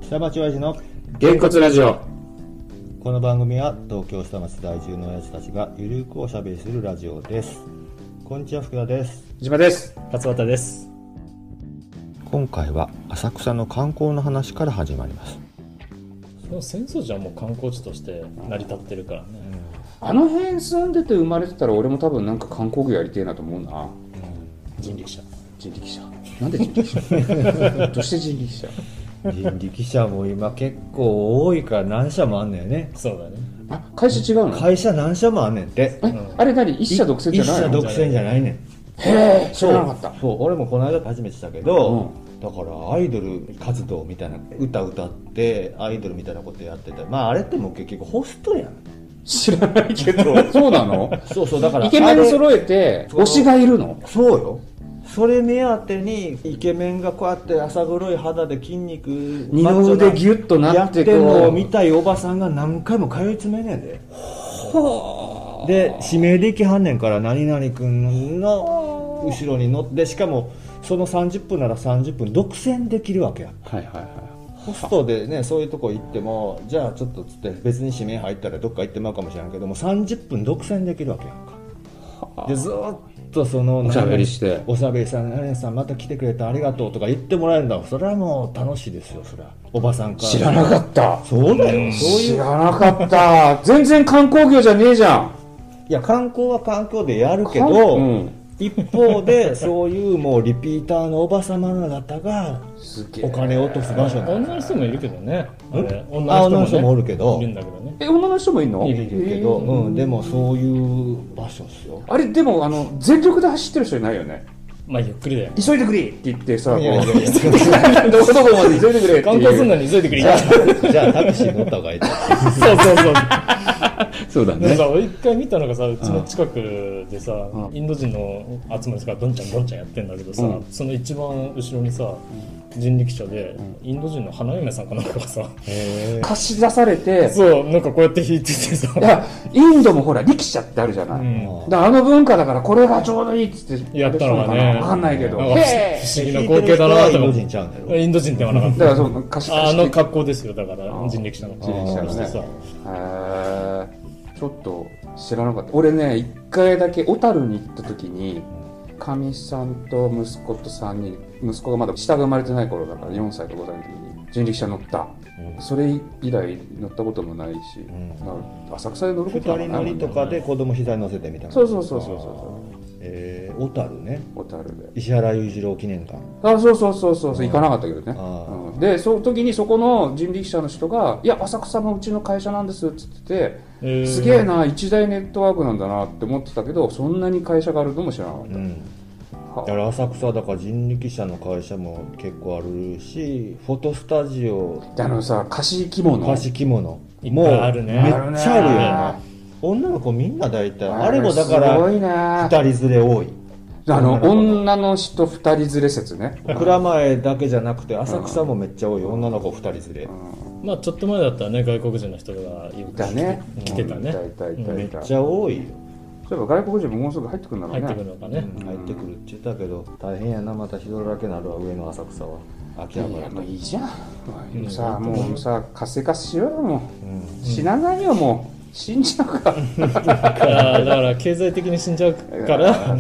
下町親父のげんこつラジオ。 この番組は東京下町在住の親父たちがゆるくおしゃべりするラジオです。こんにちは、福田です。 島です。 勝俣です。 今回は浅草の観光の話から始まります。 その浅草寺はもう観光地として成り立ってるからね、 あの辺住んでて生まれてたら俺も多分なんか観光業やりてえなと思うな。 人力車なんで人力車どうして人力車人力車も今結構多いから何社もあんねんね。 そうだね。 あ、会社違うの？ 会社何社もあんねんって。 あれ何？一社独占じゃないの？ 一社独占じゃないねん。 へえ、知らなかった。 そう、俺もこの間初めてしたけど、だからアイドル活動みたいな、歌ってアイドルみたいなことやってて、まああれってもう結局ホストやん。 知らないけどそうなの？ そうだからイケメン揃えて推しがいるの？ そうよ。それ目当てにイケメンがこうやって朝黒い肌で筋肉二の腕ギュッとなってやってんのを見たいおばさんが何回も通い詰めねんで。で指名できはんねんから、何々君の後ろに乗って、しかもその30分なら30分独占できるわけや。 はいはいはい。 ホストでね、そういうとこ行っても、じゃあちょっとつって別に指名入ったらどっか行ってまうかもしれんけども、30分独占できるわけやんか。でずーっとそのおしゃべりしておしゃべりさん、何々さんまた来てくれてありがとうとか言ってもらえるんだ。それはもう楽しいですよ。それはおばさんから。 知らなかった。 そうだよ。そういう。 知らなかった。全然観光業じゃねえじゃん。 いや、観光は観光でやるけど、一方でそういうもうリピーターのおばさま方がお金を落とす場所なんだ。 女の人もいるけどね。 女の人もおるけど、 いるんだけどね。 女の人もいるの？ いるけど、でもそういう場所っすよ。 あれでも全力で走ってる人いないよね。 まあゆっくりだよ。 急いでくれって言ってさ、 いやどこまで急いでくれって観光すんのに急いでくれ。 じゃあタクシー乗った方がいい。 そうそうだね。 俺一回見たのがさ、うちの近くでさ、インド人の集まりがどんちゃんやってんだけどさ、その一番後ろにさ、人力車でインド人の花嫁さんかなんかがさ、 貸し出されて、 そうなんかこうやって引いててさ、 いやインドもほら力車ってあるじゃない。だから文化だからこれがちょうどいいっつってやったのがね、 分かんないけど、不思議な光景だなと思って。 インド人ちゃうんだろ。 インド人ってはなかった。 だからその貸し格好ですよ。だから人力車のしてさ。ちょっと知らなかった。俺ね、一回だけ小樽に行った時に、かみさんと息子と3人、息子がまだ下が生まれてない頃だから4歳と5歳の時に人力車乗った、それ以来乗ったこともないし、浅草で乗ることはない 2人乗りとかで子供膝に乗せてみたいな。 そう小樽ね。 小樽で石原裕次郎記念館。 そう行かなかったけどね。でその時にそこの人力車の人が、いや浅草のうちの会社なんですって言ってて、すげえな、一大ネットワークなんだなって思ってたけど、そんなに会社があるのも知らなかった。 だから浅草だから人力車の会社も結構あるし、フォトスタジオ、 さ、貸し着物もうあるね。 めっちゃあるよな。女の子みんな大体あれもだから2人連れ多い。 女の人2人連れ説ね。 蔵前だけじゃなくて浅草もめっちゃ多い。女の子2人連れ。 まあちょっと前だったらね、外国人の人が来てたね。 めっちゃ多いよ。 そういえば外国人ももうすぐ入ってくるんだろうね。 入ってくるのかね。 入ってくるって言ったけど大変やな。また人だらけなるわ、上の浅草は。秋葉原。 もういいじゃん。もうさ、活性化しようよ。もう死なないよ。もう死んじゃうかだから経済的に死んじゃうから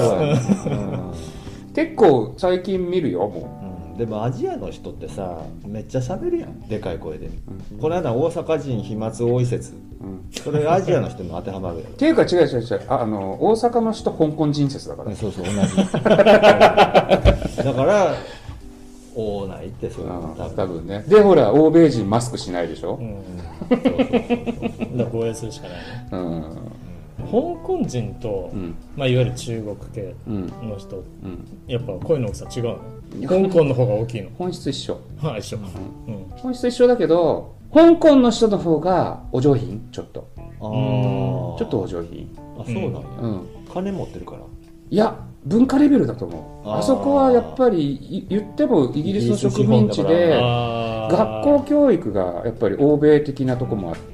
結構最近見るよ。もうでもアジアの人ってさ、めっちゃ喋るやん、でかい声で。この間大阪人飛沫多い説、それアジアの人も当てはまるやろ。 っていうか違う、大阪の人香港人説だから。 そう同じだから多ないって。そういうの多分ね。でほら欧米人マスクしないでしょ。 だ防衛するしかないね。香港人と、いわゆる中国系の人、やっぱ声の大きさ違うの？香港の方が大きいの？ 本質一緒。 一緒。 本質一緒だけど、香港の人の方がお上品、ちょっとお上品。 そうなんや。金持ってるから。 いや、文化レベルだと思う。あそこはやっぱり言ってもイギリスの植民地で、学校教育がやっぱり欧米的なとこもあって、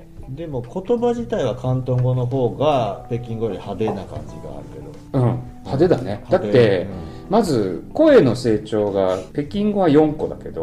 でも言葉自体は広東語の方が北京語より派手な感じがあるけど。 派手だね。だって、まず声の成長が北京語は4個だけど、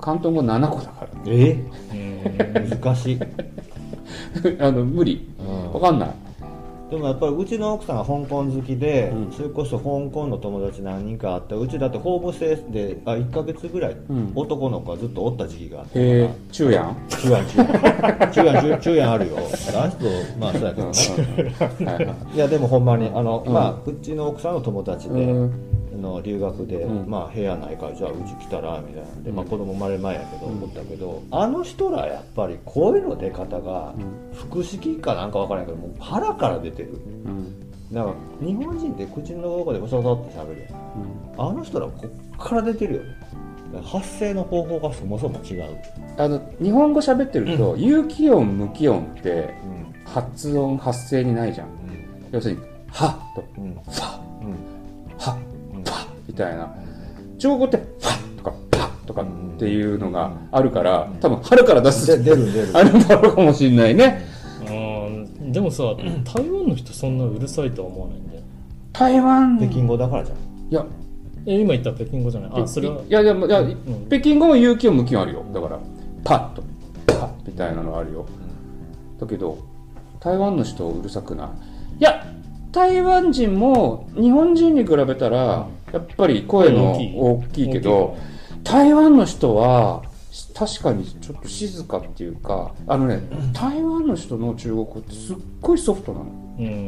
広東語7個だから難しい無理、分かんない。 でもやっぱりうちの奥さんが香港好きで、それこそ香港の友達何人かあった。うちだってホームステイで1ヶ月ぐらい、男の子がずっとおった時期があったから。 中やん中やんあるよ。男子とまあそうやけどねいやでもほんまにまあうちの奥さんの友達での留学で、まあ部屋ないからじゃあうち来たらみたいなんで、まあ子供生まれる前やけど思ったけど、あの人らやっぱり声の出方が腹式かなんか分からないけどもう腹から出てる、だから日本人って口のどこでうそそって喋るやん、あの人らこっから出てるよね。発声の方法がそもそも違う。 日本語喋ってると、有機音無機音って発声にないじゃん、要するにはとファはみたいな。中国語ってファとかパとかっていうのがあるから、多分春から出す出るあるんだろうかもしれないね。 でもさ、台湾の人そんなうるさいとは思わないんだよ。 台湾北京語だからじゃん。 いや今言った北京語じゃない。それは。 いや北京語も有機音無機音あるよ。だからパッとパッみたいなのあるよ。だけど台湾の人うるさくない。いや台湾人も日本人に比べたらやっぱり声の大きいけど、台湾の人は確かにちょっと静かっていうか、台湾の人の中国語ってすっごいソフトなの。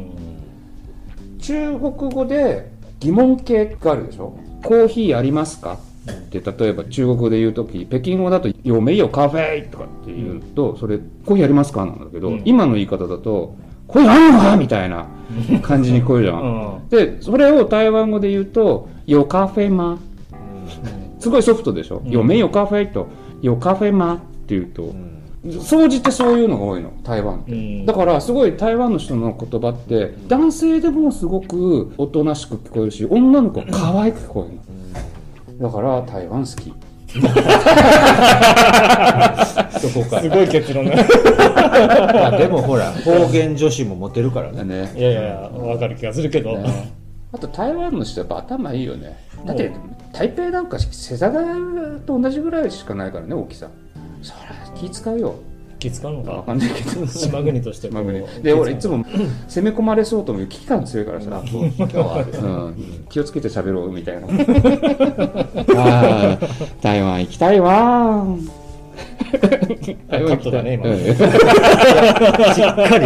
中国語で疑問形があるでしょ。コーヒーありますかって例えば中国語で言うとき、北京語だと「よめよカフェ」とかって言うと、それコーヒーありますかなんだけど、今の言い方だとこれあるのかみたいな感じに聞こえるじゃん、でそれを台湾語で言うと「よカフェマ」すごいソフトでしょ、よめよカフェと「よカフェマ」って言うと、総じてそういうのが多いの台湾って、だからすごい台湾の人の言葉って男性でもすごくおとなしく聞こえるし、女の子は可愛く聞こえるの、だから台湾好きそこからすごい結論ねでもほら方言女子もモテるからね。 いや分かる気がするけど、 あと台湾の人やっぱ頭いいよね。だって台北なんか世田谷と同じぐらいしかないからね、大きさ。そりゃ気使うよ。 気使うのか分かんないけど島国としてで俺いつも攻め込まれそうと思う危機感強いからさ、今日は気をつけて喋ろうみたいな台湾行きたいわカットだね今し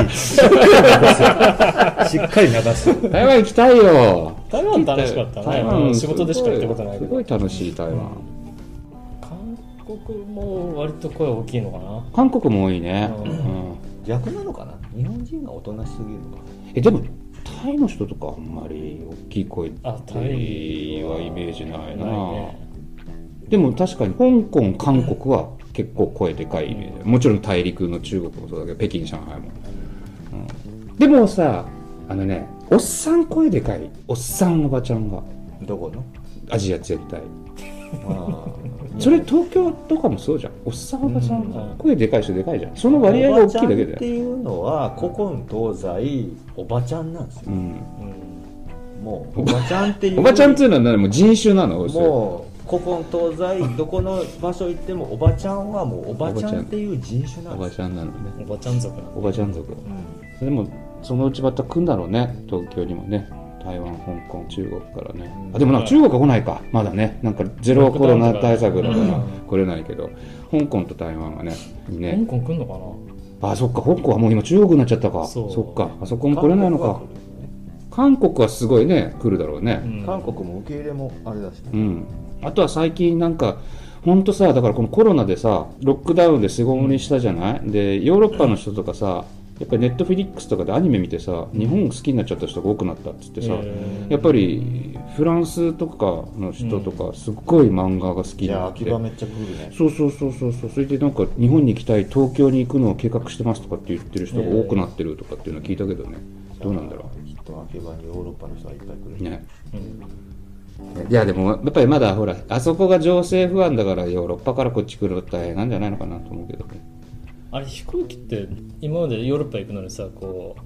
っかり流す台湾行きたいよ。 台湾楽しかったね。仕事でしか行ったことないけどすごい楽しい台湾。 韓国も割と声大きいのかな。 韓国も多いね、 逆なのかな。日本人がおとなしすぎるのかな。 でもタイの人とかあんまり大きい声タイはイメージないな、でも確かに香港韓国は結構声でかいイメージ、もちろん大陸の中国もそうだけど北京上海も、でもさおっさん声でかい。おっさんおばちゃんがどこのアジア絶対それ東京とかもそうじゃん。おっさんおばちゃんが声でかい人でかいじゃん。その割合が大きいだけで。 おばちゃんっていうのは古今東西おばちゃんなんですよ、もうおばちゃんっていうおばちゃんっていうのは何もう人種なの。 もう古今東西どこの場所行ってもおばちゃんはもうおばちゃんっていう人種なんですよ。 おばちゃんなのね。 おばちゃん族なの。 おばちゃん族、でもそのうちまた来るんだろうね、東京にもね。台湾、香港、中国からね、でも中国は来ないかまだね。なんかゼロコロナ対策だから来れないけど、香港と台湾がね。 香港来んのかな。 そっか、香港はもう今中国になっちゃったか。そっか、あそこも来れないのか。韓国はすごいね来るだろうね、 韓国も受け入れもあれだしね、 あとは最近なんかほんとさ、だからこのコロナでさロックダウンで巣ごもりしたじゃない、でヨーロッパの人とかさ、やっぱりネットフィリックスとかでアニメ見てさ、日本好きになっちゃった人が多くなったっつってさ、やっぱりフランスとかの人とかすっごい漫画が好きになって、 秋葉めっちゃ来るね。 そうそれでなんか日本に行きたい、東京に行くのを計画してますとかって言ってる人が多くなってるとかっていうのは聞いたけどね、どうなんだろう。 きっと秋葉にヨーロッパの人がいっぱい来るね、いやでもやっぱりまだほらあそこが情勢不安だからヨーロッパからこっち来るの大変なんじゃないのかなと思うけどね。 あれ飛行機って今までヨーロッパ行くのにさ、こう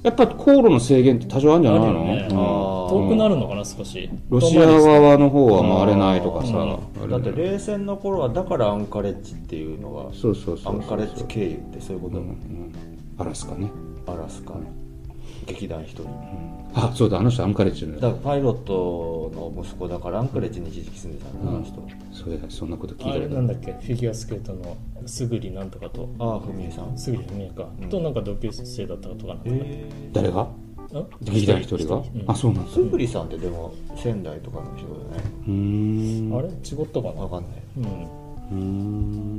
やっぱ航路の制限って多少あるんじゃないの？ ね、遠くなるのかな、少し。 ロシア側の方は回れないとかさ、 だって冷戦の頃はだからアンカレッジっていうのが、 そうアンカレッジ経由ってそういうことだもん、 アラスカね、 アラスカ、劇団一人、 あ、そうだ、あの人アンカレッジのだからパイロットの息子だからアンカレッジに一時期住んでたの、あの人。 そんなこと聞いたあれなんだっけ、フィギュアスケートのすぐりなんとかと、 ふみえさん、 すぐりふみえか、となんか同級生だったとかなんか、 誰が？劇団一人が？あ、そうなんだ。 すぐりさんってでも仙台とかの人だよね。 あれ違ったかな、 分かんない。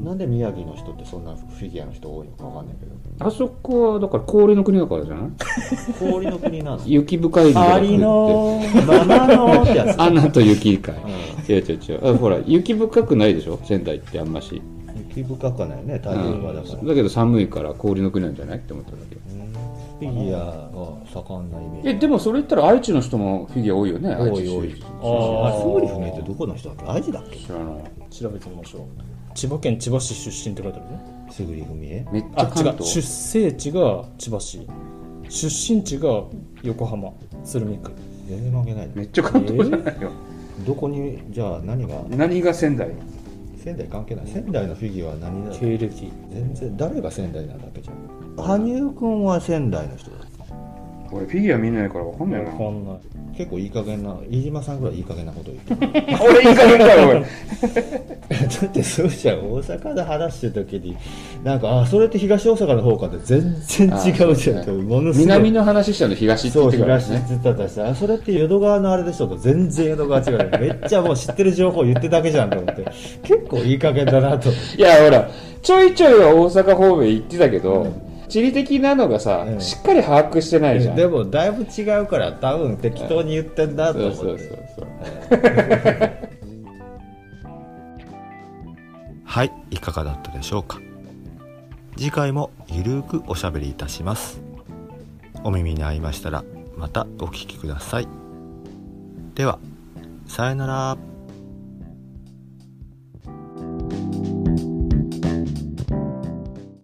なんで宮城の人ってそんなフィギュアの人多いのか分かんないけど、 あそこはだから氷の国だからじゃない？ 氷の国なんです。 雪深いありのままのってやつ。 アナと雪かい。違う。ほら雪深くないでしょ、仙台ってあんまし。 雪深くないね、太平洋だから。 だけど寒いから氷の国なんじゃないって思っただけ。 フィギュアが盛んなイメージ。 でもそれ言ったら愛知の人もフィギュア多いよね。 多い。すぐりふみえってどこの人だっけ？愛知だっけ？ 知らない。 調べてみましょう。千葉県千葉市出身って書いてあるね。 すぐりふみえ？ めっちゃ関東。 出生地が千葉市、出身地が横浜鶴見区。 全然負けない。 めっちゃ関東じゃないよ。 どこにじゃあ何が仙台？ 仙台関係ない。仙台のフィギュアは何だ？ 経歴全然誰が仙台なんだっけじゃん。羽生くんは仙台の人だ。 俺フィギュア見ないから分かんないな。 分かんない。 結構いい加減な、飯島さんぐらいいい加減なこと言ってる。 俺いい加減だよ俺。 だってそうじゃん、大阪で話してる時になんかそれって東大阪の方かって全然違うじゃんって、ものすごい南の話したの東って言ってからね。 そう東って言ったらさ、それって淀川のあれでしょと、全然淀川違う。めっちゃもう知ってる情報言ってるだけじゃんと思って、結構いい加減だなと思って。 いやほらちょいちょいは大阪方面行ってたけど、地理的なのがさ、しっかり把握してないじゃん。 でもだいぶ違うから多分適当に言ってんだと思って。 そうはい、いかがだったでしょうか。次回もゆるーくおしゃべりいたします。お耳に合いましたらまたお聞きください。ではさよなら。